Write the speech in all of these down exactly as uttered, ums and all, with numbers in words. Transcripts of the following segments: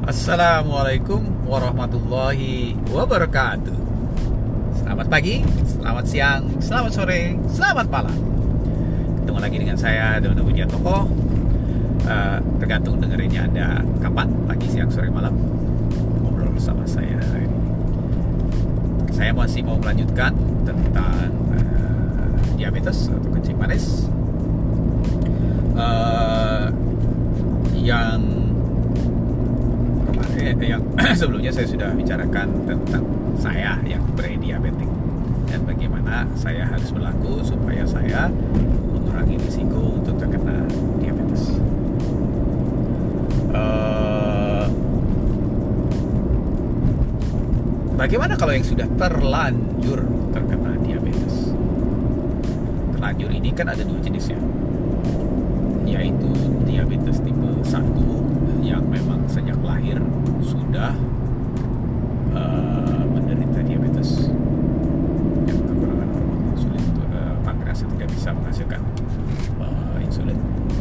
Assalamualaikum warahmatullahi wabarakatuh. Selamat pagi, selamat siang, selamat sore, selamat malam. Ketemu lagi dengan saya, Dono Widiatoko. uh, Tergantung dengerinnya Anda kapan, pagi, siang, sore, malam. Ngobrol sama saya hari ini. Saya masih mau melanjutkan tentang uh, diabetes atau kencing manis, uh, Yang yang sebelumnya saya sudah bicarakan tentang saya yang pre-diabetik dan bagaimana saya harus berlaku supaya saya mengurangi risiko untuk terkena diabetes. Uh, bagaimana kalau yang sudah terlanjur terkena diabetes? Terlanjur ini kan ada dua jenis ya, yaitu diabetes tipe satu yang memang sejak lahir sudah uh, menderita diabetes, yang kekurangan hormon insulin, uh, pankreas tidak bisa menghasilkan uh, insulin,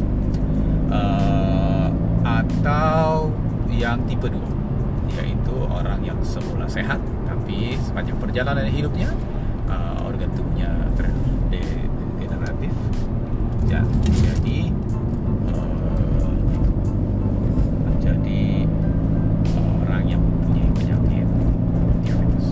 uh, atau yang tipe dua, yaitu orang yang semula sehat tapi sepanjang perjalanan hidupnya uh, organ tubuhnya terdegeneratif dan jadi jadi orang yang mempunyai penyakit diabetes.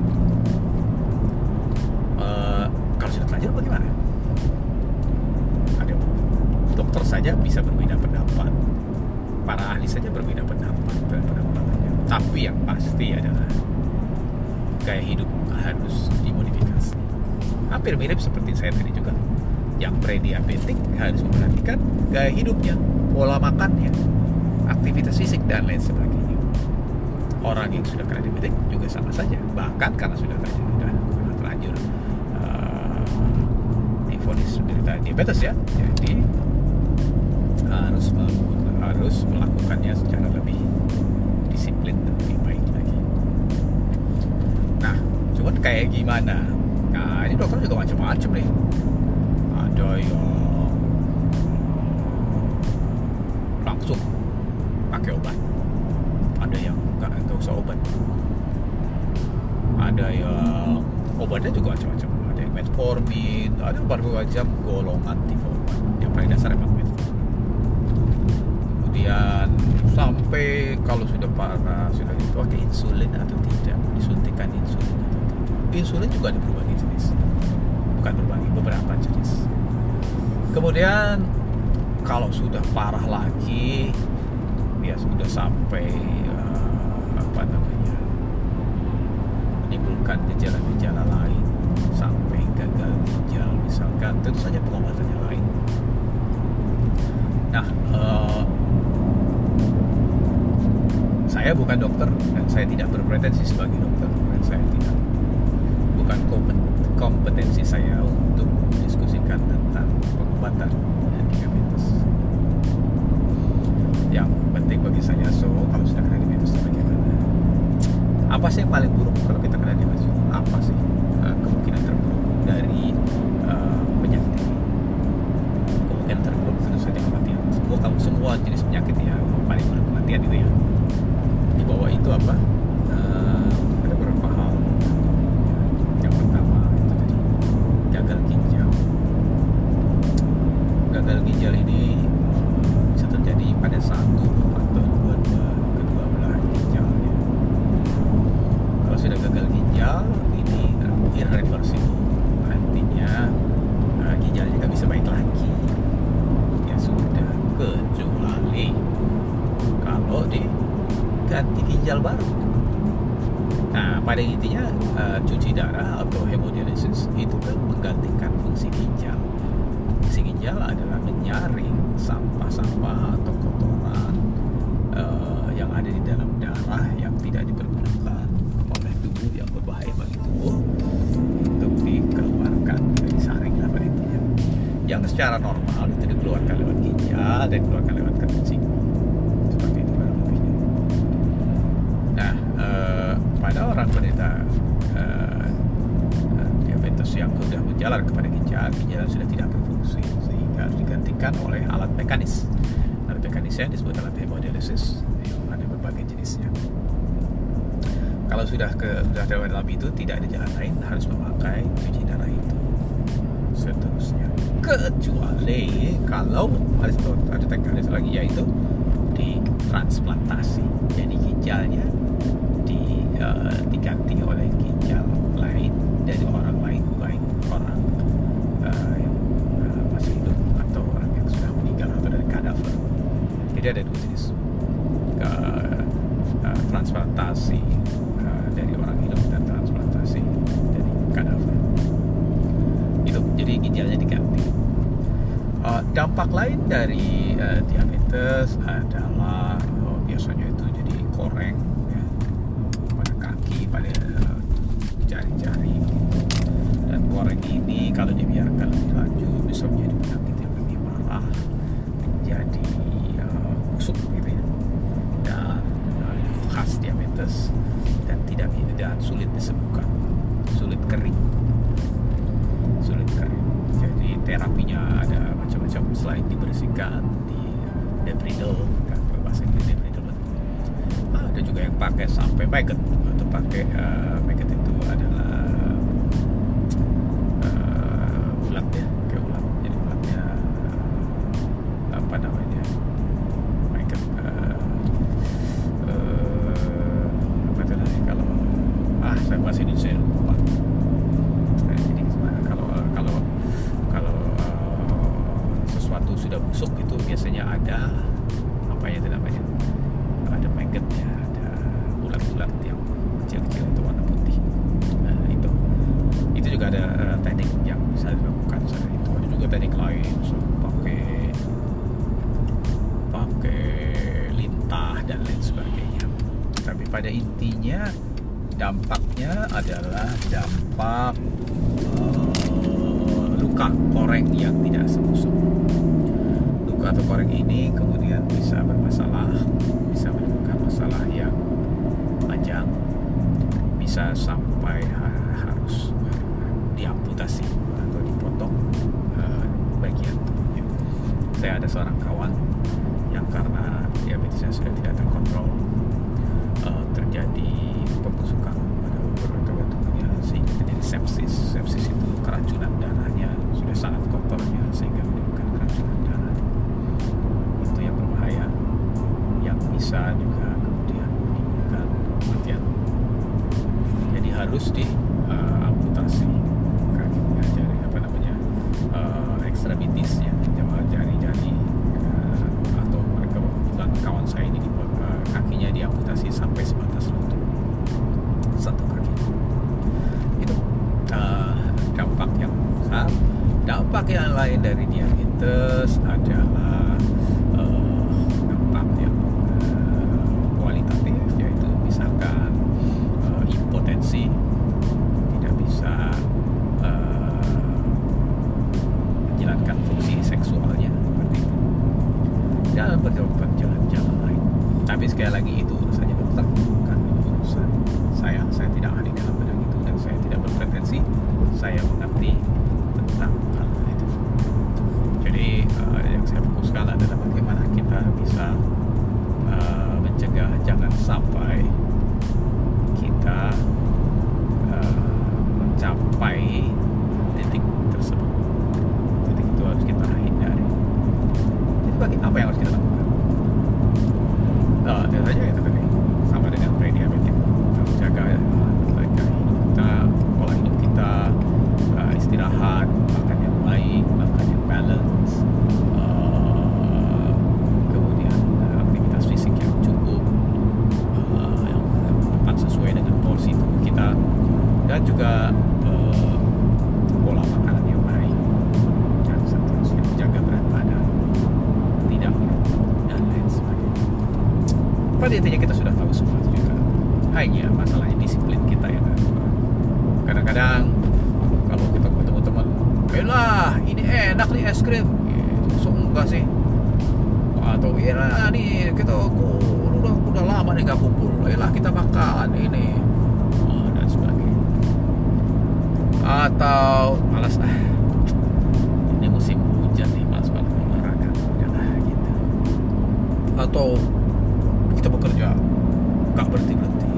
Uh, kalau sudah terlanjur bagaimana? Ada dokter saja bisa berbeda pendapat, para ahli saja berbeda pendapat dan pendapatnya. Tapi yang pasti adalah gaya hidup harus dimodifikasi. Hampir mirip seperti saya tadi juga. Yang pre-diabetik harus memperhatikan gaya hidupnya, pola makannya, aktivitas fisik dan lain sebagainya. Orang yang sudah kena diabetes juga sama saja, bahkan karena sudah terlanjur, sudah terlanjur uh, divonis menderita diabetes ya, jadi harus harus melakukannya secara lebih disiplin dan lebih baik lagi. Nah, cuman kayak gimana? Nah, ini dokter juga macam-macam nih. Ada yang langsung pakai obat, ada yang nggak nggak usah obat, ada yang obatnya juga macam-macam, ada yang metformin, ada berbagai macam golongan tipe obat. Yang paling dasar emang metformin. Kemudian sampai kalau sudah parah, sudah dipakai insulin atau tidak, disuntikan insulin atau tidak. Insulin juga ada berbagai jenis, bukan berbagai, beberapa jenis. Kemudian kalau sudah parah lagi, ya sudah sampai uh, apa namanya menimbulkan gejala-gejala lain, sampai gagal ginjal misalkan, tentu saja pengobatannya lain. Nah, uh, saya bukan dokter dan saya tidak berpretensi sebagai dokter, dan saya tidak bukan kompetensi saya untuk mendiskusikan tentang pengobatan diabetes. Yang penting bagi saya, so kalau sudah kena diabetes bagaimana? Apa sih yang paling buruk kalau kita kena diabetes? Apa sih uh, kemungkinan terburuk dari uh, penyakit ini? Kemungkinan terburuk tentu saja kematian. Semua kamu semua jenis penyakit ya paling buruk kematian itu ya. Di bawah itu apa? Uh, ada beberapa hal. Yang pertama itu tadi gagal ginjal. Gagal ginjal ini bisa terjadi pada satu atau dua dua kedua belah ginjalnya. Kalau sudah gagal ginjal ini irreversible, artinya uh, ginjalnya nggak bisa baik lagi. Ya sudah, kecuali kalau diganti ginjal baru. Nah, pada intinya uh, cuci darah atau hemodialisis itu kan menggantikan fungsi ginjal. Fungsi ginjal adalah menyaring sampah-sampah atau kotoran uh, yang ada di dalam darah yang tidak dipergunakan oleh tubuh, yang berbahaya bagi tubuh, untuk dikeluarkan, disaring lah pada intinya. Yang secara normal itu dikeluarkan lewat ginjal dan dikeluarkan lewat kencing, seperti itu kurang lebihnya. Nah, uh, pada orang penderita uh, diabetes yang sudah menjalar kepada ginjal, ginjal sudah tidak berfungsi sehingga harus digantikan oleh alat mekanis. Alat mekanisnya disebut alat hemodialisis, ada berbagai jenisnya. Kalau sudah ke sudah dalam itu tidak ada jalan lain, harus memakai cuci darah itu seterusnya. Kecuali kalau ada satu ada teknik lagi, yaitu di transplantasi. Jadi ginjalnya di, uh, diganti oleh ginjal lain dari orang lain, baik orang uh, yang uh, masih hidup atau orang yang sudah meninggal atau dari kadaver. Jadi ada dua jenis uh, uh, transplantasi uh, dari orang hidup dan transplantasi dari kadaver. Itu jadi ginjalnya diganti. Uh, dampak lain dari uh, diabetes adalah uh, biasanya itu jadi koreng ya, pada kaki, pada uh, jari-jari gitu. Dan koreng ini kalau dibiarkan lebih lanjut bisa menjadi penyakit yang lebih parah, menjadi uh, busuk gitu ya, dan uh, khas diabetes dan tidak dan sulit disembuhkan, sulit kering, sulit kering. Jadi terapinya ada macam-macam selain dibersihkan, di debridle, kan bahasa Inggris debridle. Ah, ada juga yang pakai sampai maggot, atau pakai uh, maggot itu adalah uh, ulat ya, kayak ulat. Jadi ulatnya uh, apa namanya? Maggot. Uh, uh, apa itu namanya? Kalau ah saya bahasa Indonesia lupa. Nah, jadi kalau kalau kalau uh, sesuatu sudah busuk itu biasanya ada apa ya itu namanya, ada maggotnya, ada ulat-ulat yang kecil-kecil itu warna putih. Nah, itu itu juga ada uh, teknik yang bisa dilakukan selain itu. Ada juga teknik lain, so, pakai pakai lintah dan lain sebagainya. Tapi pada intinya dampaknya adalah dampak uh, luka koreng yang tidak sembuh. Luka atau koreng ini kemudian bisa bermasalah, bisa menimbulkan masalah yang panjang, bisa sampai ha- harus uh, diamputasi atau dipotong uh, bagian tubuhnya. Saya ada seorang kawan yang karena diabetesnya sudah tidak terkontrol, uh, terjadi pembusukan pada beberapa tubuhnya sehingga terjadi sepsis. Sepsis itu keracunan darahnya sudah sangat kotornya sehingga menimbulkan keracunan darah. Itu yang berbahaya, yang bisa juga kemudian menimbulkan kematian. Jadi harus di uh, amputasi kakinya, jari apa namanya uh, ekstremitisnya, jari-jari uh, atau mereka bilang kawan saya ini uh, kakinya diamputasi sampai sebatas lutut, satu kaki. Itu uh, dampak yang besar. Dampak yang lain dari diabetes adalah uh, dampak yang uh, kualitatif, yaitu misalkan uh, impotensi, tidak bisa uh, menjalankan fungsi seksualnya seperti itu, dan berjalan jalan-jalan lain. Tapi sekali lagi itu urusannya dokter, bukan urusan saya. Saya tidak ahli dalam bidang itu dan saya tidak berpretensi saya mengerti tentang hal itu. Jadi uh, yang saya fokuskan adalah bagaimana kita bisa uh, mencegah jangan sampai kita uh, mencapai titik tersebut. Titik itu harus kita hindari. Jadi bagi apa yang harus kita lakukan? Nah, itu saja itu tadi, sama dengan pre-diabetik, menjaga gaya hidup kita, pola hidup kita, uh, istirahat, makan yang baik, makan yang balance, uh, kemudian uh, aktivitas fisik yang cukup, uh, yang tepat sesuai dengan porsi tubuh kita, dan juga uh, pola makanan yang baik, dan seterusnya menjaga berat badan, tidak merokok dan lain sebagainya. Pada intinya kita sudah tahu semua itu juga. Hanya masalahnya disiplin kita yang ada. Kadang-kadang kalau kita ketemu teman, "Elah, ini enak nih es krim." Gitu. So enggak sih. Atau "Elah nih kita udah udah lama nih gak kumpul. Elah kita makan ini." Oh, dan sebagainya. Atau malas ah. Ini musim hujan nih, malas banget olahraga. Udahlah gitu. atau kita bekerja nggak berhenti berhenti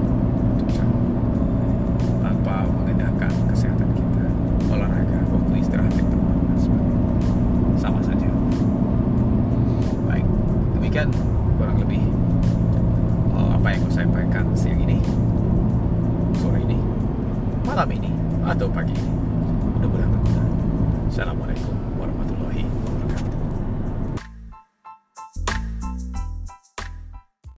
tanpa mengandalkan kesehatan kita, olahraga, waktu istirahat yang tepat dan sebagainya, sama saja. Baik, demikian kurang lebih uh, apa yang saya sampaikan siang ini, sore ini, malam ini, atau pagi ini. Mudah-mudahan berguna. Assalamualaikum warahmatullahi wabarakatuh.